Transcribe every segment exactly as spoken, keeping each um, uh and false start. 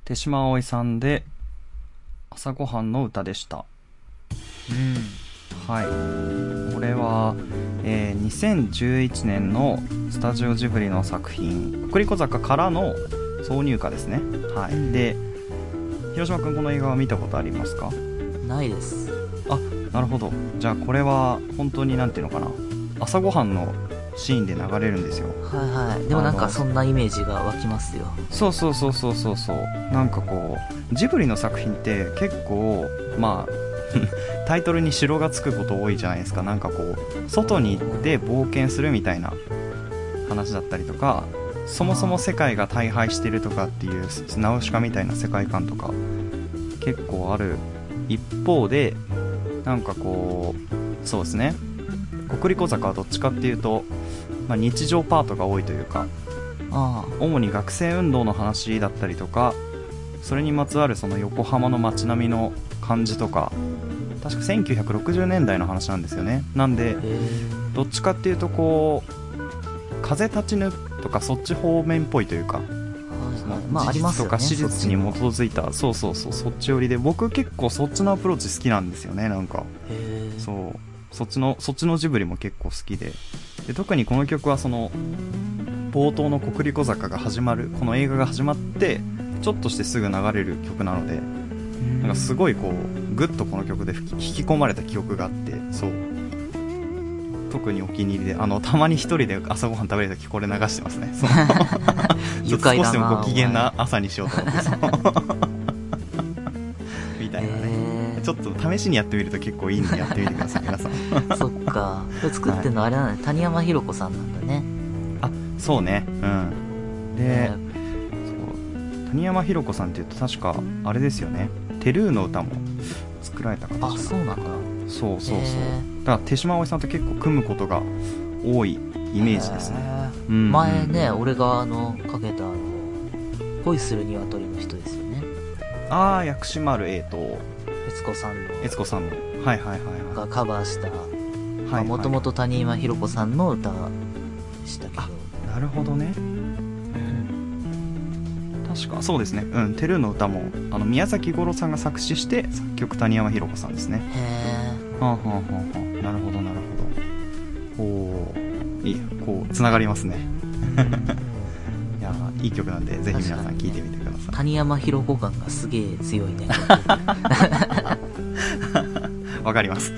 手島葵さんで朝ごはんの歌でした。 うん、 はい。これは、えー、にせんじゅういちねんのスタジオジブリの作品、国立小坂からの挿入歌ですね。はい。で、広島くんこの映画は見たことありますか？ ないです。 あ、なるほど。じゃあこれは本当になんていうのかな、朝ごはんのシーンで流れるんですよ。 はいはい。でもなんかそんなイメージが湧きますよ。 そうそうそうそうそうそう。なんかこうジブリの作品って結構まあタイトルに城がつくこと多いじゃないですか。なんかこう外に行って冒険するみたいな話だったりとか、そもそも世界が大敗してるとかっていうナウシカみたいな世界観とか結構ある一方で、なんかこうそうですね、国立小坂はどっちかっていうと、まあ、日常パートが多いというか、 ああ、 主に学生運動の話だったりとか、それにまつわるその横浜の街並みの感じとか、確かせんきゅうひゃくろくじゅうねんだいの話なんですよね。なんでどっちかっていうとこう風立ちぬとかそっち方面っぽいというか、 まあ、 事実とか史実に基づいた、そうそうそう、そっち寄りで、僕結構そっちのアプローチ好きなんですよね。なんかへそうそっちのそっちのジブリも結構好きで、で特にこの曲はその冒頭の国立小坂が始まる、この映画が始まってちょっとしてすぐ流れる曲なので、なんかすごいこうグッとこの曲で引き込まれた記憶があって、そう特にお気に入りで、あのたまに一人で朝ごはん食べるときこれ流してますね。そう愉快だな、 少しでもご機嫌な朝にしようと思ってそうみたいなね。ちょっと試しにやってみると結構いいんでやってみてください皆さん。 そっか、これ作ってんのあれなんだね、はい、谷山ひろ子さんなんだね。 あ、そうね、うんで、そう谷山ひろ子さんっていうと確かあれですよね、テルーの歌も作られた方。 あ、そうなんだ。 そうそうそう、だから手島葵さんと結構組むことが多いイメージですね。うんうん、 前ね、俺があのかけたあの恋する鶏の人ですよね。 ああ、薬師丸 A と悦子さんの悦子さんの、はいはいはい、はい、 がカバーした、もともと谷山ひろ子さんの歌でしたけど。 あ、なるほどね、うん、確かそうですね、うん、テルーの歌もあの宮崎五郎さんが作詞して作曲谷山ひろ子さんですね。 へー、はあはあはあはあ、なるほどなるほど。おー、いい、こうつながりますね。いやいい曲なんでぜひ皆さん聴いてみてください。 谷山ひろ子感がすげえ強いね。 わかります。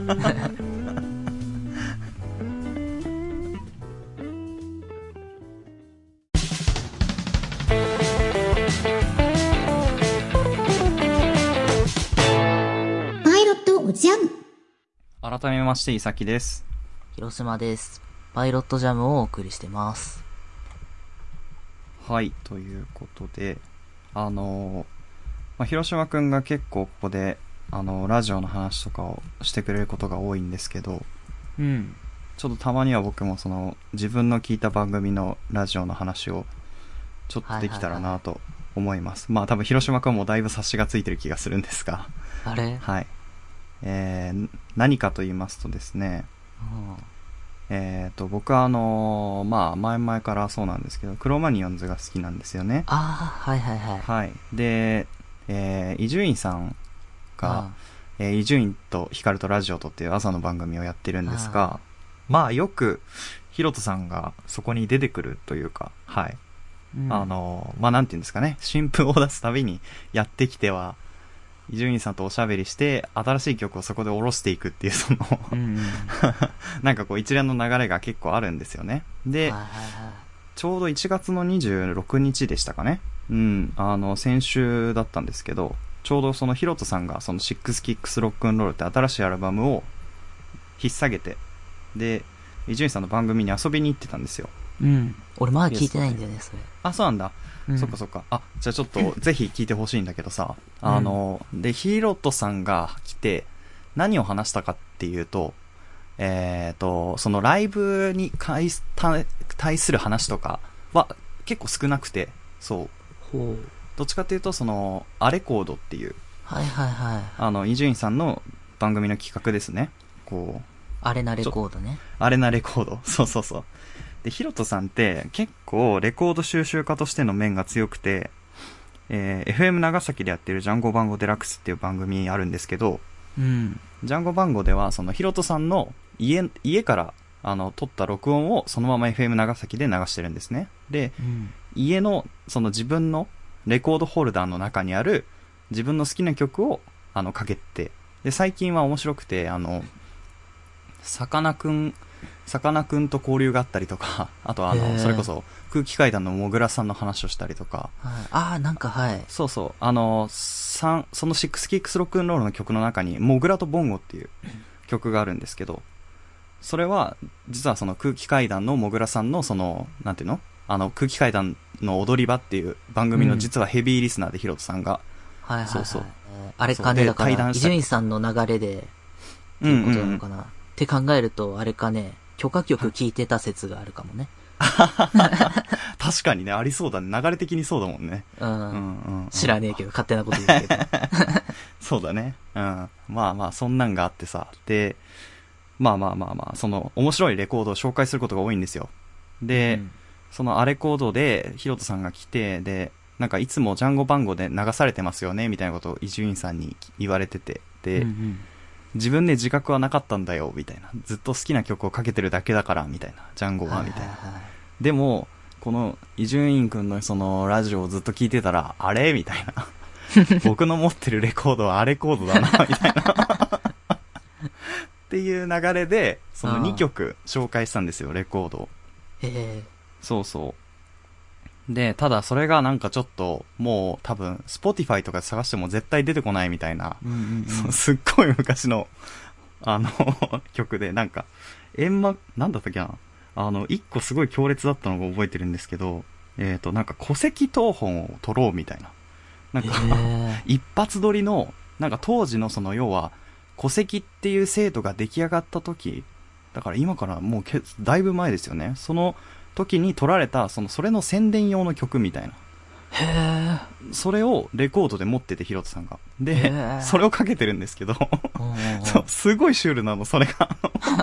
ジャム。 改めましていさきです。 広島です。パイロットジャムをお送りしてます。 はい、ということで、あのまあ、広島くんが結構ここであのラジオの話とかをしてくれることが多いんですけど、 うん、 ちょっとたまには僕もその自分の聞いた番組のラジオの話をちょっとできたらなと思います。はいはいはい、まあ多分広島くんもだいぶ察しがついてる気がするんですが、 あれ、 はい、えー、何かと言いますとですね、うん、えーと僕はあのー、まあ前々からそうなんですけどクロマニヨンズが好きなんですよね。 ああ、はいはいはい。 はい。で、え伊集院さんが伊集院と光とラジオとっていう朝の番組をやってるんですが、あまあよくヒロトさんがそこに出てくるというか、はい。うん、あのー、まあなんていうんですかね、新譜を出すたびにやってきては伊集院さんとおしゃべりして新しい曲をそこで下ろしていくっていうそのうん、うん、なんかこう一連の流れが結構あるんですよね。で、はいはいはい、ちょうどいちがつのにじゅうろくにちでしたかね、うん、あの先週だったんですけど、ちょうどそのヒロトさんがそのシックスキックスロックンロールって新しいアルバムを引っ提げて、で伊集院さんの番組に遊びに行ってたんですよ。 うん、俺まだ聞いてないんだよねそれ。 あ、そうなんだ。うん、そっかそっか。あ、じゃあちょっとぜひ聞いてほしいんだけどさ、うん、あのでヒロトさんが来て何を話したかっていうと、えっとそのライブに対する話とかは結構少なくて、そう、 ほう、 どっちかっていうとそのアレコードっていう、 はいはいはい、 あの伊集院さんの番組の企画ですね。こうアレナレコードね。 アレナレコード、そうそうそう。でヒロトさんって結構レコード収集家としての面が強くて、 えー、エフエム 長崎でやってるジャンゴ番号デラックスっていう番組あるんですけど、 うん。 ジャンゴ番号では、そのヒロトさんの家、家から、あの、撮った録音をそのまま エフエム 長崎で流してるんですね。で、 うん、 家の、その自分のレコードホルダーの中にある自分の好きな曲を、あの、かけて、で、最近は面白くて、あの、さかなクン、さかなクンと交流があったりとか、あとはあの、それこそ空気階段のもぐらさんの話をしたりとか、 はい、ああ、なんかはい。 そうそう、あの、三そのシックスキックスロックンロールの曲の中に、もぐらとボンゴっていう曲があるんですけど、それは、実はその空気階段のもぐらさんのその、なんていうのあの、空気階段の踊り場っていう番組の実はヘビーリスナーでヒロトさんが、 はいはいはい。 そうそう。 あれかね、だから、伊集院さんの流れで、っていうことなのかな、うんうんうん。って考えると、あれかね、許可曲聴いてた説があるかもね。 確かにね、ありそうだね。流れ的にそうだもんね。 うん。うんうんうん、知らねえけど、勝手なこと言うけど。 そうだね。うん。まあまあ、そんなんがあってさ。で、まあまあまあまあ、その、面白いレコードを紹介することが多いんですよ。で、うん、そのアレコードで、ヒロトさんが来て、で、なんかいつもジャンゴ番号で流されてますよね、みたいなことを伊集院さんに言われてて。で、うんうん、自分で自覚はなかったんだよ、みたいな。ずっと好きな曲をかけてるだけだから、みたいな。ジャンゴは、みたいな。はいはいはい、でも、この伊集院くんのそのラジオをずっと聞いてたら、あれみたいな。僕の持ってるレコードはアレコードだな、みたいな。っていう流れで、そのにきょく紹介したんですよ、レコードを。 へえ。 そうそう。で、ただそれがなんかちょっと、もう多分、Spotify とかで探しても絶対出てこないみたいな、うんうんうん、すっごい昔の、あの、曲で、なんか、円満、なんだったっけな、あの、一個すごい強烈だったのが覚えてるんですけど、えっと、なんか戸籍謄本を取ろうみたいな。なんか、一発撮りの、なんか当時のその要は、戸籍っていう制度が出来上がった時、だから今からもうけだいぶ前ですよね。その時に撮られた、その、それの宣伝用の曲みたいな。 へー。 それをレコードで持ってて、ヒロトさんが。で、それをかけてるんですけど、そう、すごいシュールなの、それが。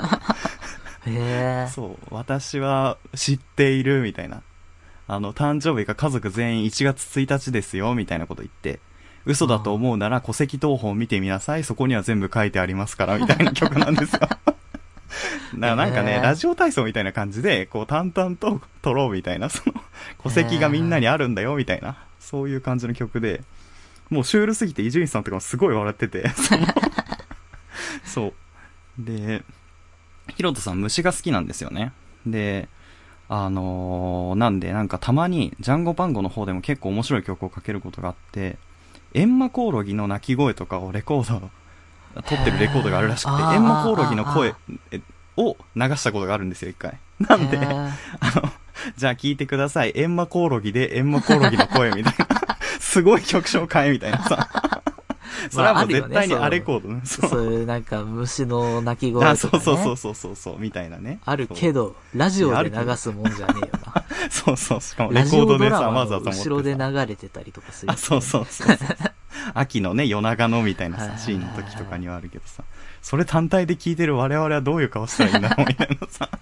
へー。 そう、私は知っている、みたいな。あの、誕生日が家族全員いちがつついたちですよ、みたいなこと言って、嘘だと思うなら戸籍謄本を見てみなさい、そこには全部書いてありますから、みたいな曲なんですよ。な, なんかね、ラジオ体操みたいな感じで、こう、淡々と撮ろうみたいな、その、戸籍がみんなにあるんだよ、みたいな、そういう感じの曲で、もうシュールすぎて、伊集院さんとかもすごい笑ってて、そのそう。で、ヒロトさん虫が好きなんですよね。で、あのー、なんで、なんかたまに、ジャンゴパンゴの方でも結構面白い曲をかけることがあって、エンマコオロギの鳴き声とかをレコード、撮ってるレコードがあるらしくて、エンマコオロギの声を流したことがあるんですよ、一回。なんで、あの、じゃあ聞いてください。エンマコオロギでエンマコオロギの声みたいな。すごい曲紹介みたいなさ。それはもう絶対にアレコードね。 そう、そういうなんか虫の鳴き声とか、ね。あ、 そうそうそうそうそうそう、みたいなね。 あるけど、ラジオで流すもんじゃねえよな。 そうそう、しかもレコードでさ、わざわざ持ってさ。 後ろで流れてたりとかする、ね。 あ、そうそうそうそう。秋のね、夜長のみたいなさ、シーンの時とかにはあるけどさ。それ単体で聞いてる我々はどういう顔したらいいんだろうみたいなさ。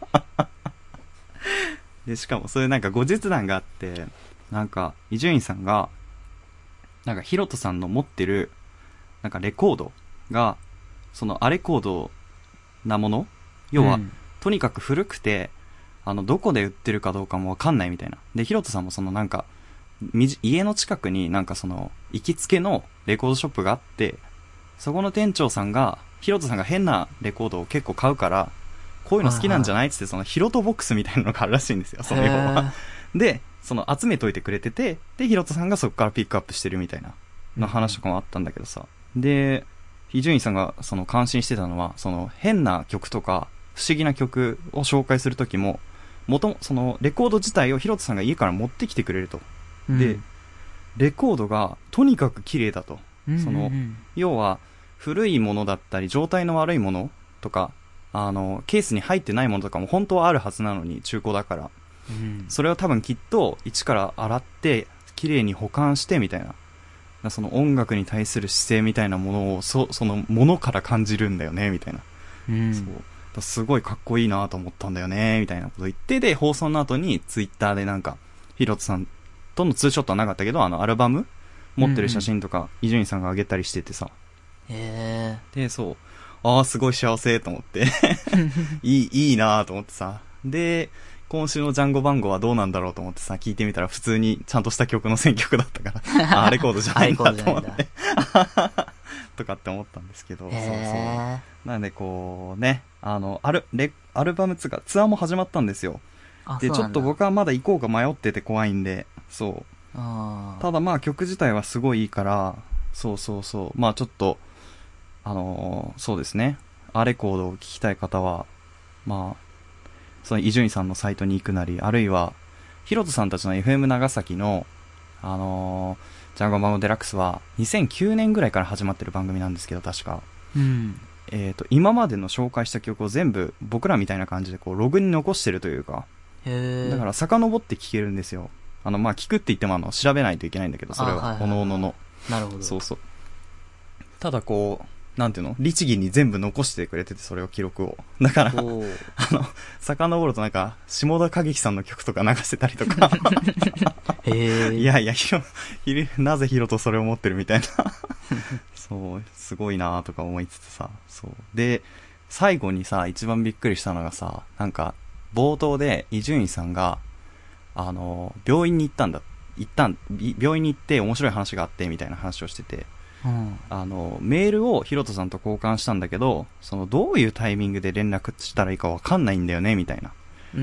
で、しかもそれなんか後日談があって、なんか、伊集院さんが、なんかヒロトさんの持ってる、なんかレコードが、そのアレコードなもの要は、うん、とにかく古くて、あの、どこで売ってるかどうかもわかんないみたいな。で、ヒロトさんもそのなんか、家の近くになんかその、行きつけのレコードショップがあって、そこの店長さんが、ヒロトさんが変なレコードを結構買うから、こういうの好きなんじゃないっつって、そのヒロトボックスみたいなのがあるらしいんですよ、その要は。で、その集めといてくれてて、で、ヒロトさんがそこからピックアップしてるみたいな、の話とかもあったんだけどさ。で、伊集院さんがその感心してたのは、その変な曲とか、不思議な曲を紹介するときも、もとも、そのレコード自体をヒロトさんが家から持ってきてくれると。うん、で、レコードがとにかく綺麗だと。うんうんうん、その、要は、古いものだったり、状態の悪いものとか、あの、ケースに入ってないものとかも本当はあるはずなのに、中古だから。うん、それを多分きっと、一から洗って、綺麗に保管して、みたいな。その音楽に対する姿勢みたいなものを、そ、そのものから感じるんだよね、みたいな。うん、そうすごいかっこいいなと思ったんだよね、みたいなこと言って、で、放送の後にツイッターでなんか、ヒロトさんとのツーショットはなかったけど、あの、アルバム持ってる写真とか伊集院さんが上げたりしててさ、 へえ。 でそうああすごい幸せと思っていいいいなと思ってさ、で今週のジャンゴ番号はどうなんだろうと思ってさ聞いてみたら普通にちゃんとした曲の選曲だったからあレコードじゃないんだと思ってとかって思ったんですけど、そうそうなのでこうねあのアルレアルバムツアーツアーも始まったんですよ。でちょっと僕はまだ行こうか迷ってて怖いんで、そうあただまあ曲自体はすごいいいから、そうそうそうまあちょっとあのー、そうですねアレコードを聴きたい方はまあその伊集院さんのサイトに行くなり、あるいはヒロトさんたちの エフエム 長崎のあのー、ジャンゴマゴデラックスはにせんきゅうねんぐらいから始まってる番組なんですけど、確か、 うんえっと今までの紹介した曲を全部僕らみたいな感じでこうログに残してるというか、 へだから遡って聴けるんですよ。あのまあ聞くって言ってもあの調べないといけないんだけど、それは各々の、 なるほど。 そうそう。ただこうなんていうの律儀に全部残してくれてて、それを記録をだからあの遡るとなんか下田景樹さんの曲とか流してたりとかへいやいやひろひろなぜヒロとそれを持ってるみたいなそうすごいなとか思いつつさ、そうで最後にさ一番びっくりしたのがさ、なんか冒頭で伊集院さんがあの病院に行ったんだ行ったん病院に行って面白い話があってみたいな話をしてて、 うん、 あのメールをヒロトさんと交換したんだけど、そのどういうタイミングで連絡したらいいかわかんないんだよねみたいな、 うんうん、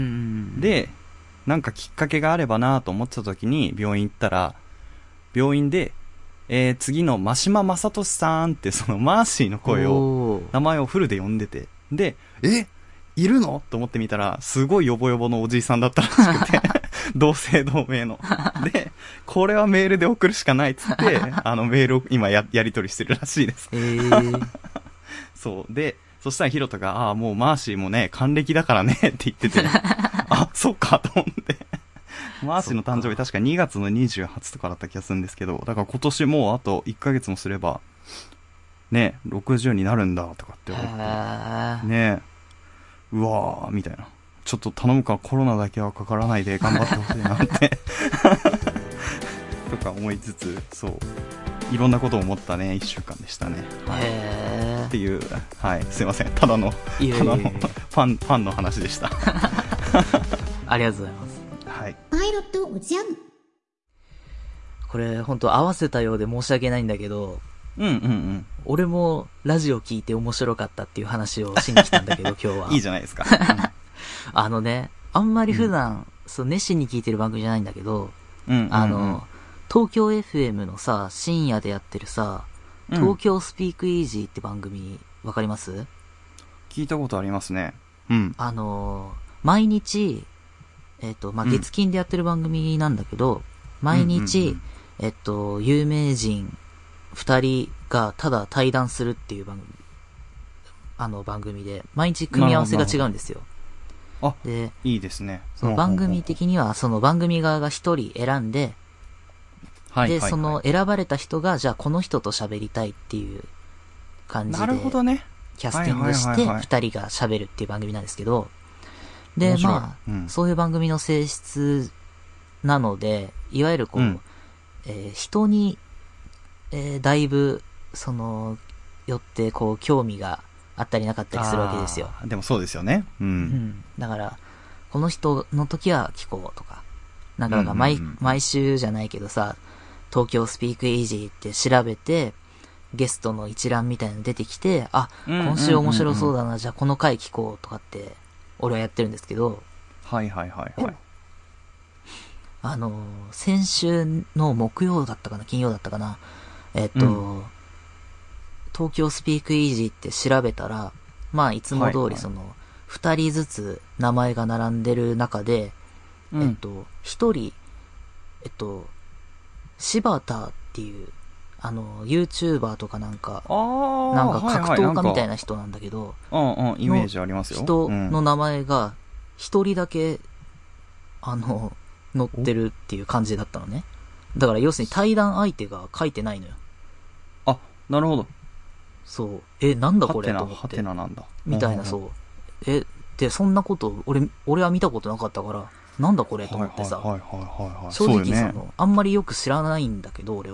でなんかきっかけがあればなと思ってた時に病院行ったら、病院で、えー、次の真島正俊さんってそのマーシーの声を名前をフルで呼んでて、でえいるのと思ってみたらすごいヨボヨボのおじいさんだったらしくて同姓同名のでこれはメールで送るしかないっつってあのメールを今 や, やり取りしてるらしいです、 えー、 そうでそしたらヒロトがああもうマーシーもね還暦だからねって言っててあそっかと思ってマーシーの誕生日確かにがつのにじゅうはちとかだった気がするんですけど、だから今年もうあといっかげつもすればねろくじゅうになるんだとかって思ってね、うわーみたいな、ちょっと頼むからコロナだけはかからないで頑張ってほしいなってとか思いつつ、そういろんなことを思ったねいっしゅうかんでしたね、はい、っていう、はいすいませんただのいやいやいやただのファンファンの話でしたありがとうございます。 はい、 パイロットおじゃん。 これ本当合わせたようで申し訳ないんだけど、 うんうんうん俺もラジオ聞いて面白かったっていう話をしに来たんだけど今日はいいじゃないですか、 あのねあんまり普段、うん、そう熱心に聞いてる番組じゃないんだけど、 うんうんうん、 あの東京 エフエム のさ深夜でやってるさ、うん、東京スピークイージーって番組わかります？ 聞いたことありますね。うん。 あの毎日えっとまあ月金でやってる番組なんだけど、うん、毎日、うんうんうん、えっと有名人二人がただ対談するっていう番組、あの番組で毎日組み合わせが違うんですよ。 あ、でいいですね。 その番組的にはその番組側が一人選んで、 はい、 で、 はいはい、 その選ばれた人がじゃあこの人と喋りたいっていう感じで、 なるほどね。 キャスティングして二人が喋るっていう番組なんですけど、でまあ、うん、そういう番組の性質なので、いわゆるこう、うん、えー、人にえー、だいぶそのよってこう興味があったりなかったりするわけですよ。 でもそうですよね、うん、うん、 だからこの人の時は聞こうとか、なんか毎、うんうんうん、毎週じゃないけどさ、東京スピークイージーって調べてゲストの一覧みたいなの出てきて、あ、今週面白そうだな、じゃあこの回聞こうとかって俺はやってるんですけど、 はいはいはいはい。 あの先週の木曜だったかな金曜だったかな、えっと、うん、東京スピークイージーって調べたら、まあいつも通りその、二、はい、人ずつ名前が並んでる中で、うん、えっと、一人、えっと、柴田っていう、あの、YouTuber とかなんか、なんか格闘家みたいな人なんだけど、 うんうん、イメージありますよ。 人の名前が一人だけ、あの、載ってるっていう感じだったのね。だから要するに対談相手が書いてないのよ。 あ、なるほど。 そう。え、なんだこれと思って。 はてななんだ。 みたいな、そう。え、で、そんなこと、俺、俺は見たことなかったから、なんだこれと思ってさ。正直その、あんまりよく知らないんだけど、俺は。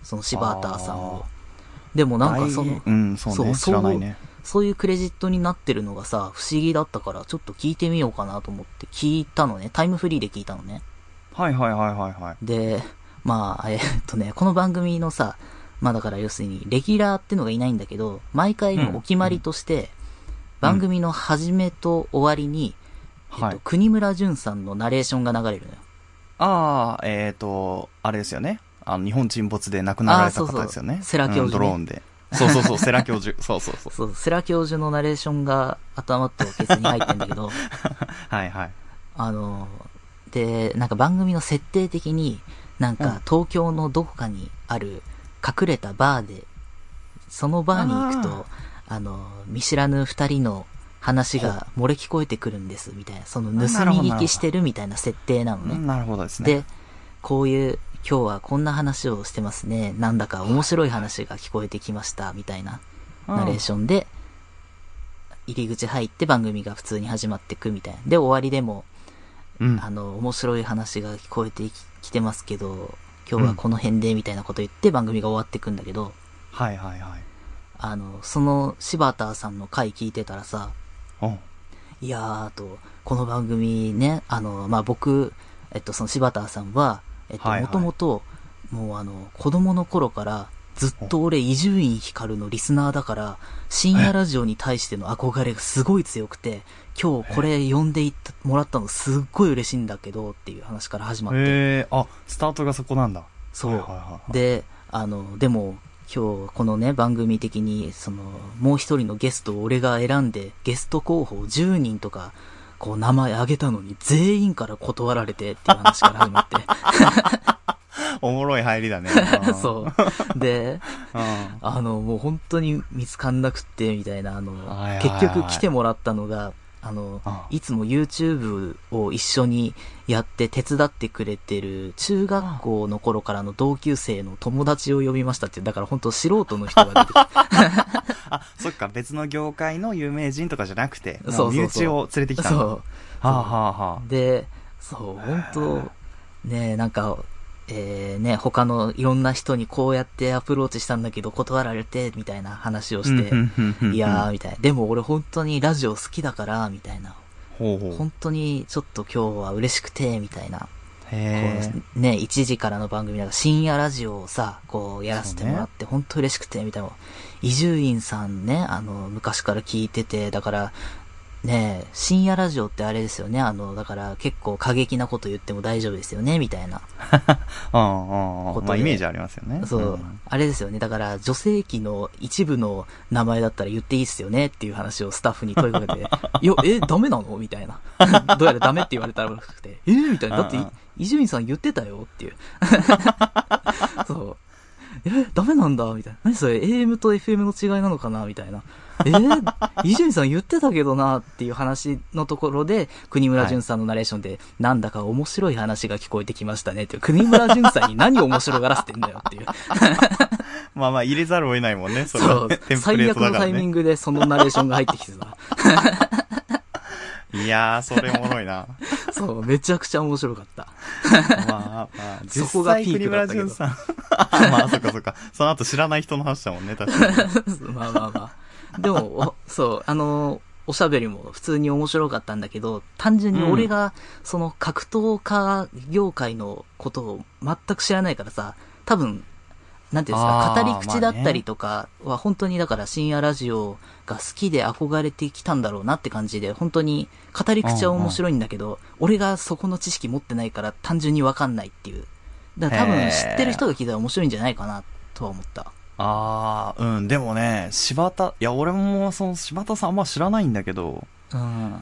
その柴田さんを。でもなんかその、 うん、そうね、知らないね。 そういうクレジットになってるのがさ、不思議だったから、ちょっと聞いてみようかなと思って聞いたのね。タイムフリーで聞いたのね。 はいはいはいはいはい。 で、まあ、えっとね、この番組のさ、まあだから要するに、レギュラーってのがいないんだけど、毎回のお決まりとして、うん、番組の始めと終わりに、うん、えっと、はい、国村淳さんのナレーションが流れるのよ。 ああ、えっ、ー、と、あれですよね。あの、日本沈没で亡くなられた方ですよね。 世良教授、ね、うん、 ドローンで。そうそうそう、世良教授。そうそうそう。 そう、世良教授のナレーションが頭とケツに入ってんだけど。 はいはい。 あの、で、なんか番組の設定的に、なんか東京のどこかにある隠れたバーで、そのバーに行くと、あ, あの、見知らぬ二人の話が漏れ聞こえてくるんです、みたいな。その盗み聞きしてるみたいな設定なのね。 なるほどですね。 で、こういう、今日はこんな話をしてますね。なんだか面白い話が聞こえてきました、みたいなナレーションで、入り口入って番組が普通に始まっていくみたいな。で、終わりでも、うん、あの、面白い話が聞こえてきてますけど、今日はこの辺で、みたいなこと言って番組が終わっていくんだけど、 はいはいはい。 あの、その柴田さんの回聞いてたらさ、いやーと、この番組ね、あの、まあ、僕、えっと、その柴田さんは、えっと、もともと、もうあの、子供の頃から、ずっと俺、伊集院光のリスナーだから、深夜ラジオに対しての憧れがすごい強くて、今日これ呼んでいってもらったのすっごい嬉しいんだけど、っていう話から始まって。 へー、あ、スタートがそこなんだ。 そう。はいはいはいはい、で、あの、でも、今日このね、番組的に、その、もう一人のゲストを俺が選んで、ゲスト候補じゅうにんとか、こう名前挙げたのに全員から断られてっていう話から始まっておもろい入りだね。 そうで、あのもう本当に見つかんなくってみたいな、あの結局来てもらったのが、あのいつも YouTube を一緒にやって手伝ってくれてる中学校の頃からの同級生の友達を呼びましたって。だから本当素人の人が出てきてあ、そっか、別の業界の有名人とかじゃなくて、もう身内を連れてきたの。そう。はあ、はあはあ、 で、そう、本当ね、なんか、えー、ね、他のいろんな人にこうやってアプローチしたんだけど断られて、みたいな話をして、いやー、みたいな。でも俺本当にラジオ好きだから、みたいな。ほうほう、本当にちょっと今日は嬉しくて、みたいな。へー、ね、いちじからの番組だから深夜ラジオをさ、こうやらせてもらって、本当嬉しくて、みたいな。伊集院さんね、あの、昔から聞いてて、だから、ねえ、深夜ラジオってあれですよね、あの、だから結構過激なこと言っても大丈夫ですよね、みたいな。 うんうんうん。まあイメージありますよね。 そう、うん。あれですよね、だから女性器の一部の名前だったら言っていいっすよねっていう話をスタッフに問いかけて、いや、え、ダメなのみたいな。どうやらダメって言われたらしくて、えー、みたいな。だって、伊集院さん言ってたよっていう。そう。え、ダメなんだみたいな。何それ エーエム と エフエム の違いなのかなみたいな。えー、伊集院さん言ってたけどなっていう話のところで、国村淳さんのナレーションで、はい、なんだか面白い話が聞こえてきましたねっていう、国村淳さんに何を面白がらせてんだよっていう。 まあまあ入れざるを得ないもんね、それは、ね。そう、最悪のタイミングでそのナレーションが入ってきてた。 いやー、それおもろいな。 そう、めちゃくちゃ面白かった。 まあまあ、 そこがピークだったけど。 さんまあ、そっかそっか。その後知らない人の話だもんね、確かに。 まあまあまあ。でも、そう、あの、おしゃべりも普通に面白かったんだけど、単純に俺が、その格闘家業界のことを全く知らないからさ、多分、なんていうんですか、語り口だったりとかは本当にだから深夜ラジオが好きで憧れてきたんだろうなって感じで、本当に語り口は面白いんだけど、俺がそこの知識持ってないから単純にわかんないっていう。だから多分知ってる人が聞いたら面白いんじゃないかなとは思った。 あー、うん、でもね、柴田、いや俺もその柴田さんあんま知らないんだけど、 うん、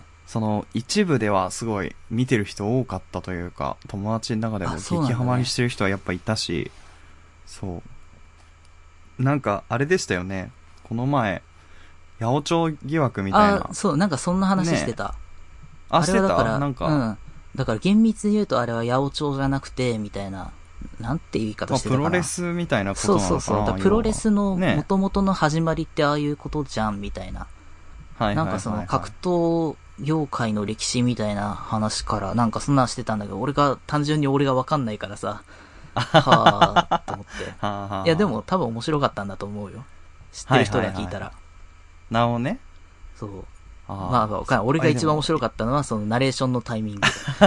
その一部ではすごい見てる人多かったというか、友達の中でも激ハマりしてる人はやっぱいたし、そう。なんか、あれでしたよね。この前、八百長疑惑みたいな。 あ、そう、なんかそんな話してた。ね、 あ、してたあれはだからなんか、 うん。だから厳密に言うとあれは八百長じゃなくて、みたいな、なんていう言い方してたかな。 まあ、プロレスみたいなことなのかな。 そうそうそう。プロレスの元々の始まりってああいうことじゃん、みたいな。はい。なんかその格闘業界の歴史みたいな話から、なんかそんなんしてたんだけど、俺が、単純に俺がわかんないからさ、 はぁ、と思って。 はあはあ、 いや、でも多分面白かったんだと思うよ。知ってる人が聞いたら。はいはいはい、 なるほどね。 そう。あまあ、まあ、俺が一番面白かったのは、そのナレーションのタイミング。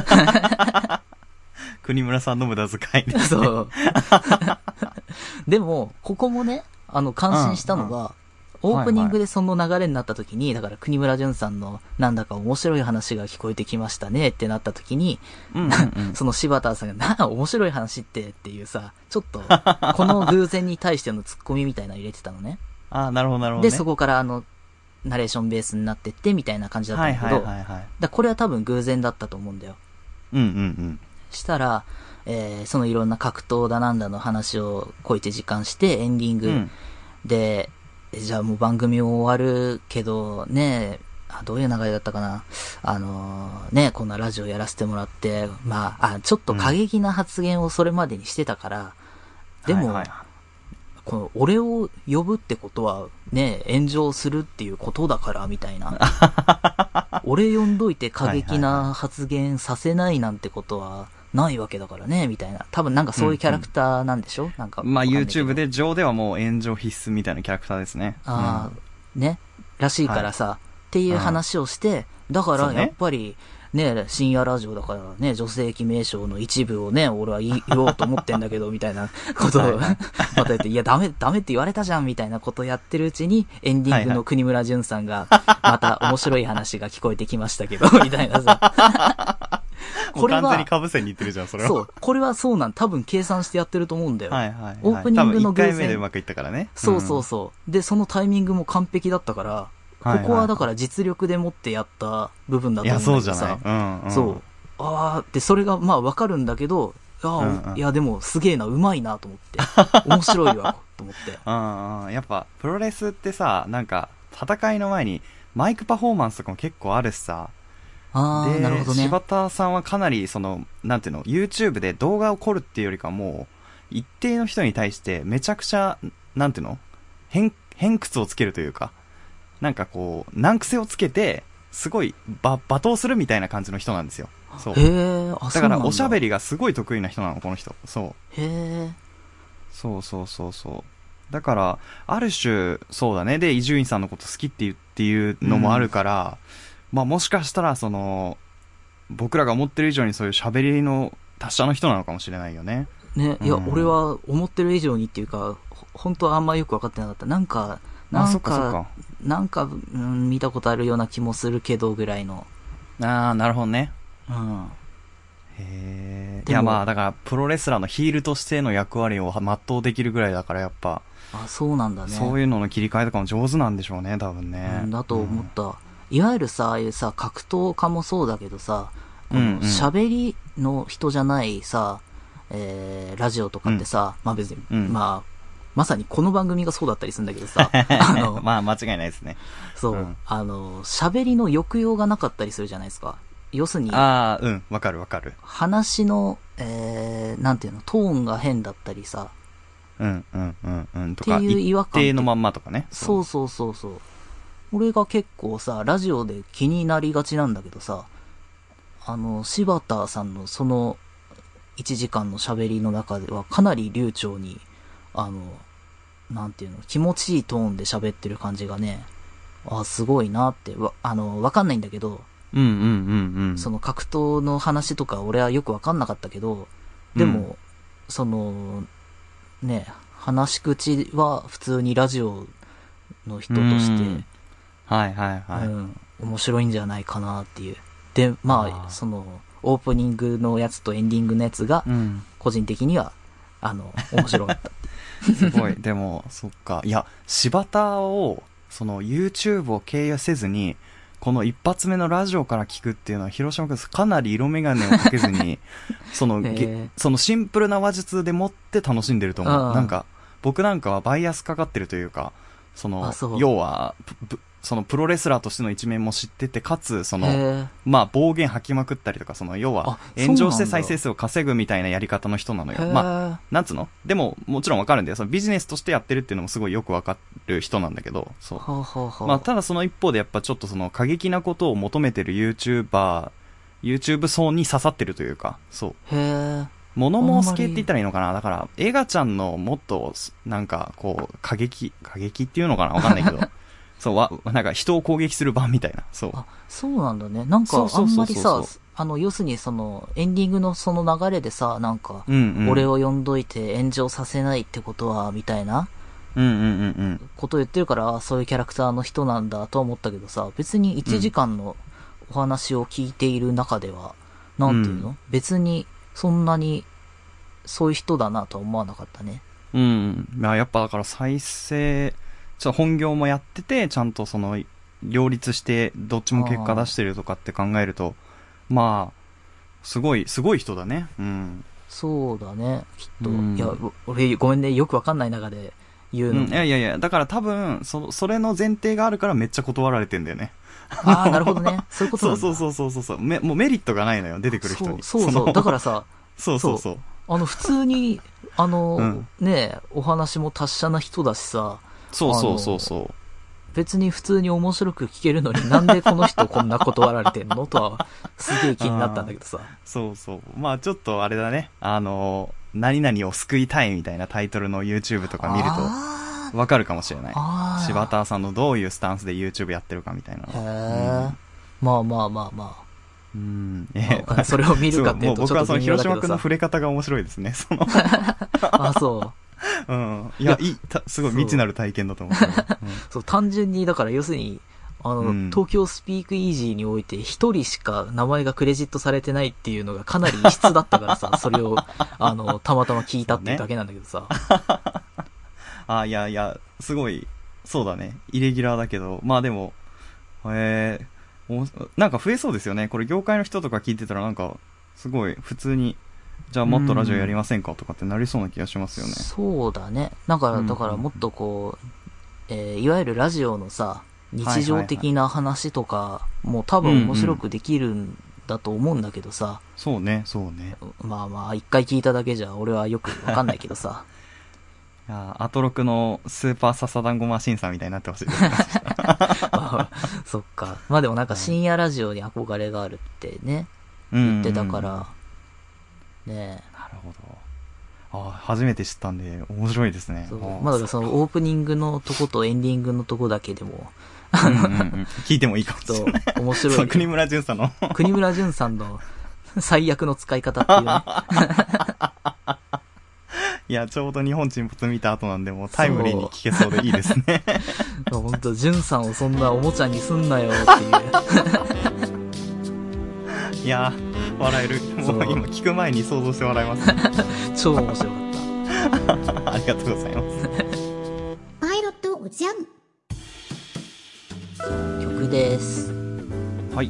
国村さんの無駄遣いで、ね。 そう。でも、ここもね、あの、感心したのが、うんうん、オープニングでその流れになった時に、はいはい、だから国村淳さんのなんだか面白い話が聞こえてきましたねってなった時に、うんうんうん、その柴田さんが、なあ、面白い話ってっていうさ、ちょっと、この偶然に対してのツッコミみたいなの入れてたのね。 ああ、なるほどなるほど、ね。 で、そこからあの、ナレーションベースになってってみたいな感じだったんだけど、はいはいはいはい、だこれは多分偶然だったと思うんだよ。 うんうんうん。 したら、えー、そのいろんな格闘だなんだの話をこういちじかんしてエンディングで、うん、じゃあもう番組終わるけどね、あどういう流れだったかな、あのー、ねこんなラジオやらせてもらって、まあ、あちょっと過激な発言をそれまでにしてたから、うん、でも、はいはい、この俺を呼ぶってことはね炎上するっていうことだからみたいな俺呼んどいて過激な発言させないなんてことはないわけだからねみたいな、多分なんかそういうキャラクターなんでしょ、うんうん、なんかまあ YouTube で上ではもう炎上必須みたいなキャラクターですね。 ああ、うん、ねらしいからさ、はい、っていう話をして、うん、だからやっぱりね、深夜ラジオだからね、女性記名称の一部をね、俺は言おうと思ってんだけど、みたいなことを、また言って、いや、ダメ、ダメって言われたじゃん、みたいなことをやってるうちに、エンディングの国村淳さんが、また面白い話が聞こえてきましたけど、みたいなさ。 これは、完全に被せに行ってるじゃん、それは。 そう。これはそうなん、多分計算してやってると思うんだよ。 はいはいはい、 オープニングの偶然。 多分いっかいめでうまくいったからね。 そうそうそう。で、そのタイミングも完璧だったから、ここはだから実力でもってやった部分だと思うんだけどさ。いや、そうじゃない。うんうん、そう。ああ、で、それがまあわかるんだけど、あ、うんうん、いやでもすげえな、うまいなと思って。面白いわ、と思って。 うんうん。やっぱ、プロレスってさ、なんか、戦いの前にマイクパフォーマンスとかも結構あるしさ。 ああ、なるほどね。 柴田さんはかなり、その、なんていうの、YouTube で動画を撮るっていうよりかも、一定の人に対してめちゃくちゃ、なんていうの偏、偏屈をつけるというか、なんかこう、難癖をつけて、すごい、ば、罵倒するみたいな感じの人なんですよ。そう。 へー、あ、 だから、おしゃべりがすごい得意な人なの、この人。そう。 へー。 そうそうそうそう。だから、ある種、そうだね。で、伊集院さんのこと好きっていう、っていうのもあるから、うん、まあもしかしたら、その、僕らが思ってる以上にそういう喋りの達者の人なのかもしれないよね。 ね、いや、うん、俺は思ってる以上にっていうか、本当はあんまよく分かってなかった。なんか、なんか、なんか、うん、見たことあるような気もするけどぐらいの。 ああ、なるほどね。 うん。 へえ。いやまあ、だから、プロレスラーのヒールとしての役割を全うできるぐらいだから、やっぱ。 あ、そうなんだね。 そういうのの切り替えとかも上手なんでしょうね、多分ね。 うん、だと思った。うん、いわゆるさ、ああいうさ、格闘家もそうだけどさ、喋、うん、りの人じゃないさ、えー、ラジオとかってさ、うん、まあ別に、うん、まあ、まさにこの番組がそうだったりするんだけどさ。あのまあ間違いないですね。 そう。うん、あの、喋りの抑揚がなかったりするじゃないですか。要するに。 ああ、うん。わかるわかる。 話の、えー、なんていうの、トーンが変だったりさ。 うんうんうんうん。とか、っていう違和感。 一定のまんまとかね。 そうそうそうそう。俺が結構さ、ラジオで気になりがちなんだけどさ、あの、柴田さんのそのいちじかんの喋りの中ではかなり流暢に、あの、なんていうの、気持ちいいトーンで喋ってる感じがね、あ、すごいなって、わ、あの、わかんないんだけど、 うんうんうんうん。 その格闘の話とか俺はよくわかんなかったけど、でも、うん、その、ね、話し口は普通にラジオの人として、うん、 はいはいはい、うん。 面白いんじゃないかなっていう。で、まあ、その、オープニングのやつとエンディングのやつが、個人的には、あの、面白かったっていう。 すごい。でも、そっか。いや、柴田を、その YouTube を経由せずに、この一発目のラジオから聞くっていうのは、広島君かなり色眼鏡をかけずに、その、そのシンプルな話術でもって楽しんでると思う。なんか、僕なんかはバイアスかかってるというか、その、要は、そのプロレスラーとしての一面も知ってて、かつ、その、まあ暴言吐きまくったりとか、その、要は、炎上して再生数を稼ぐみたいなやり方の人なのよ。まあ、なんつうのでも、もちろんわかるんだよ。そのビジネスとしてやってるっていうのもすごいよくわかる人なんだけど、そう。 はあはあ、 まあ、ただその一方でやっぱちょっとその過激なことを求めてる YouTuber、YouTube 層に刺さってるというか、そう。 へー。 物申す系って言ったらいいのかな。だから、エガちゃんのもっと、なんか、こう、過激、過激っていうのかなわかんないけど。そう、わ、なんか人を攻撃する版みたいな。そう。 あ、そうなんだね。なんか、あんまりさ、あの、要するにその、エンディングのその流れでさ、なんか、うんうん、俺を呼んどいて炎上させないってことは、みたいな、 うんうんうんうん。 ことを言ってるから、そういうキャラクターの人なんだとは思ったけどさ、別にいちじかんのお話を聞いている中では、うん、なんていうの、うん、別に、そんなに、そういう人だなとは思わなかったね。 うん。まあ、やっぱだから再生、ちょっと本業もやってて、ちゃんとその、両立して、どっちも結果出してるとかって考えると、まあ、すごい、すごい人だね。うん。 そうだね、きっと。うん、いや、俺、ごめんね、よくわかんない中で言うの、うん。いやいやいや、だから多分、そ、それの前提があるからめっちゃ断られてんだよね。 ああ、なるほどね。そういうことなんだ。 そうそうそうそうそう。め、もうメリットがないのよ、出てくる人に。 そうそうそう。だからさ、 そうそうそう。 あの、普通に、あの、うん、ね、お話も達者な人だしさ。 そうそうそうそう。 別に普通に面白く聞けるのになんでこの人こんな断られてんのとはすげえ気になったんだけどさ。 そうそう。まあちょっとあれだね。あの、何々を救いたいみたいなタイトルの YouTube とか見るとわかるかもしれない。柴田さんのどういうスタンスで YouTube やってるかみたいなの。 へー、うん、まあまあまあまあ。 うん。 えー、それを見るかっていうとちょっと微妙だけどさ。僕はその広島君の触れ方が面白いですね。そのあ、そう。 うん。いや、いい、た、すごい未知なる体験だと思う。うん、 そう、単純に、だから要するに、あの、うん、東京スピークイージーにおいて一人しか名前がクレジットされてないっていうのがかなり異質だったからさ、それを、あの、たまたま聞いたっていうだけなんだけどさ。 あ、いやいや、すごい、そうだね。イレギュラーだけど、まあでも、えー、なんか増えそうですよね。これ業界の人とか聞いてたらなんか、すごい普通に、じゃあもっとラジオやりませんかとかってなりそうな気がしますよね。 そうだね。だから、だからもっとこう、えー、いわゆるラジオのさ、日常的な話とか、もう多分面白くできるんだと思うんだけどさ。 そうね、そうね。 まあまあ、一回聞いただけじゃ俺はよくわかんないけどさ。 いやアトロクのスーパーササダンゴマシンさんみたいになってほしいですね。 そっか。まあでもなんか深夜ラジオに憧れがあるってね、言ってたから、ねえ。 なるほど。あ、初めて知ったんで面白いですね。 そう。まあだからそのオープニングのとことエンディングのとこだけでもうんうん、うん、聞いてもいいかもしれない。 面白い。そう、 国村淳さんの国村淳さんの最悪の使い方っていうね。 いや、ちょうど日本沈没見た後なんで、もうタイムリーに聞けそうでいいですね。 ほんと、淳さんをそんなおもちゃにすんなよっていう。 いやー、笑える。もう今聞く前に想像して笑います、ね。 超面白かった。ありがとうございます。 パイロットおじゃん。 曲です。 はい。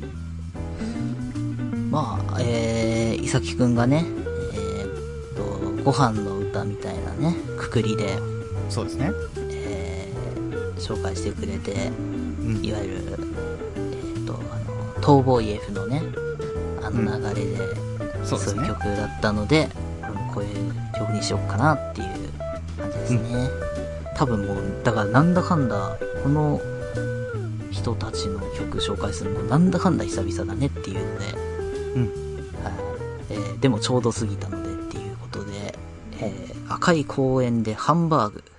まあ、えー、いさきくんがね、ご飯の歌みたいなねくくりでそうですね、 えー、紹介してくれて、うん、いわゆる、えー、とあの逃亡イエフのねあの流れで、うん、そうですね、そういう曲だったので、こういう曲にしようかなっていう感じですね、うん、多分もうだからなんだかんだこの人たちの曲紹介するのなんだかんだ久々だねっていうので、うん、はい、えー、でもちょうど過ぎたのでえー、赤い公園でハンバーグ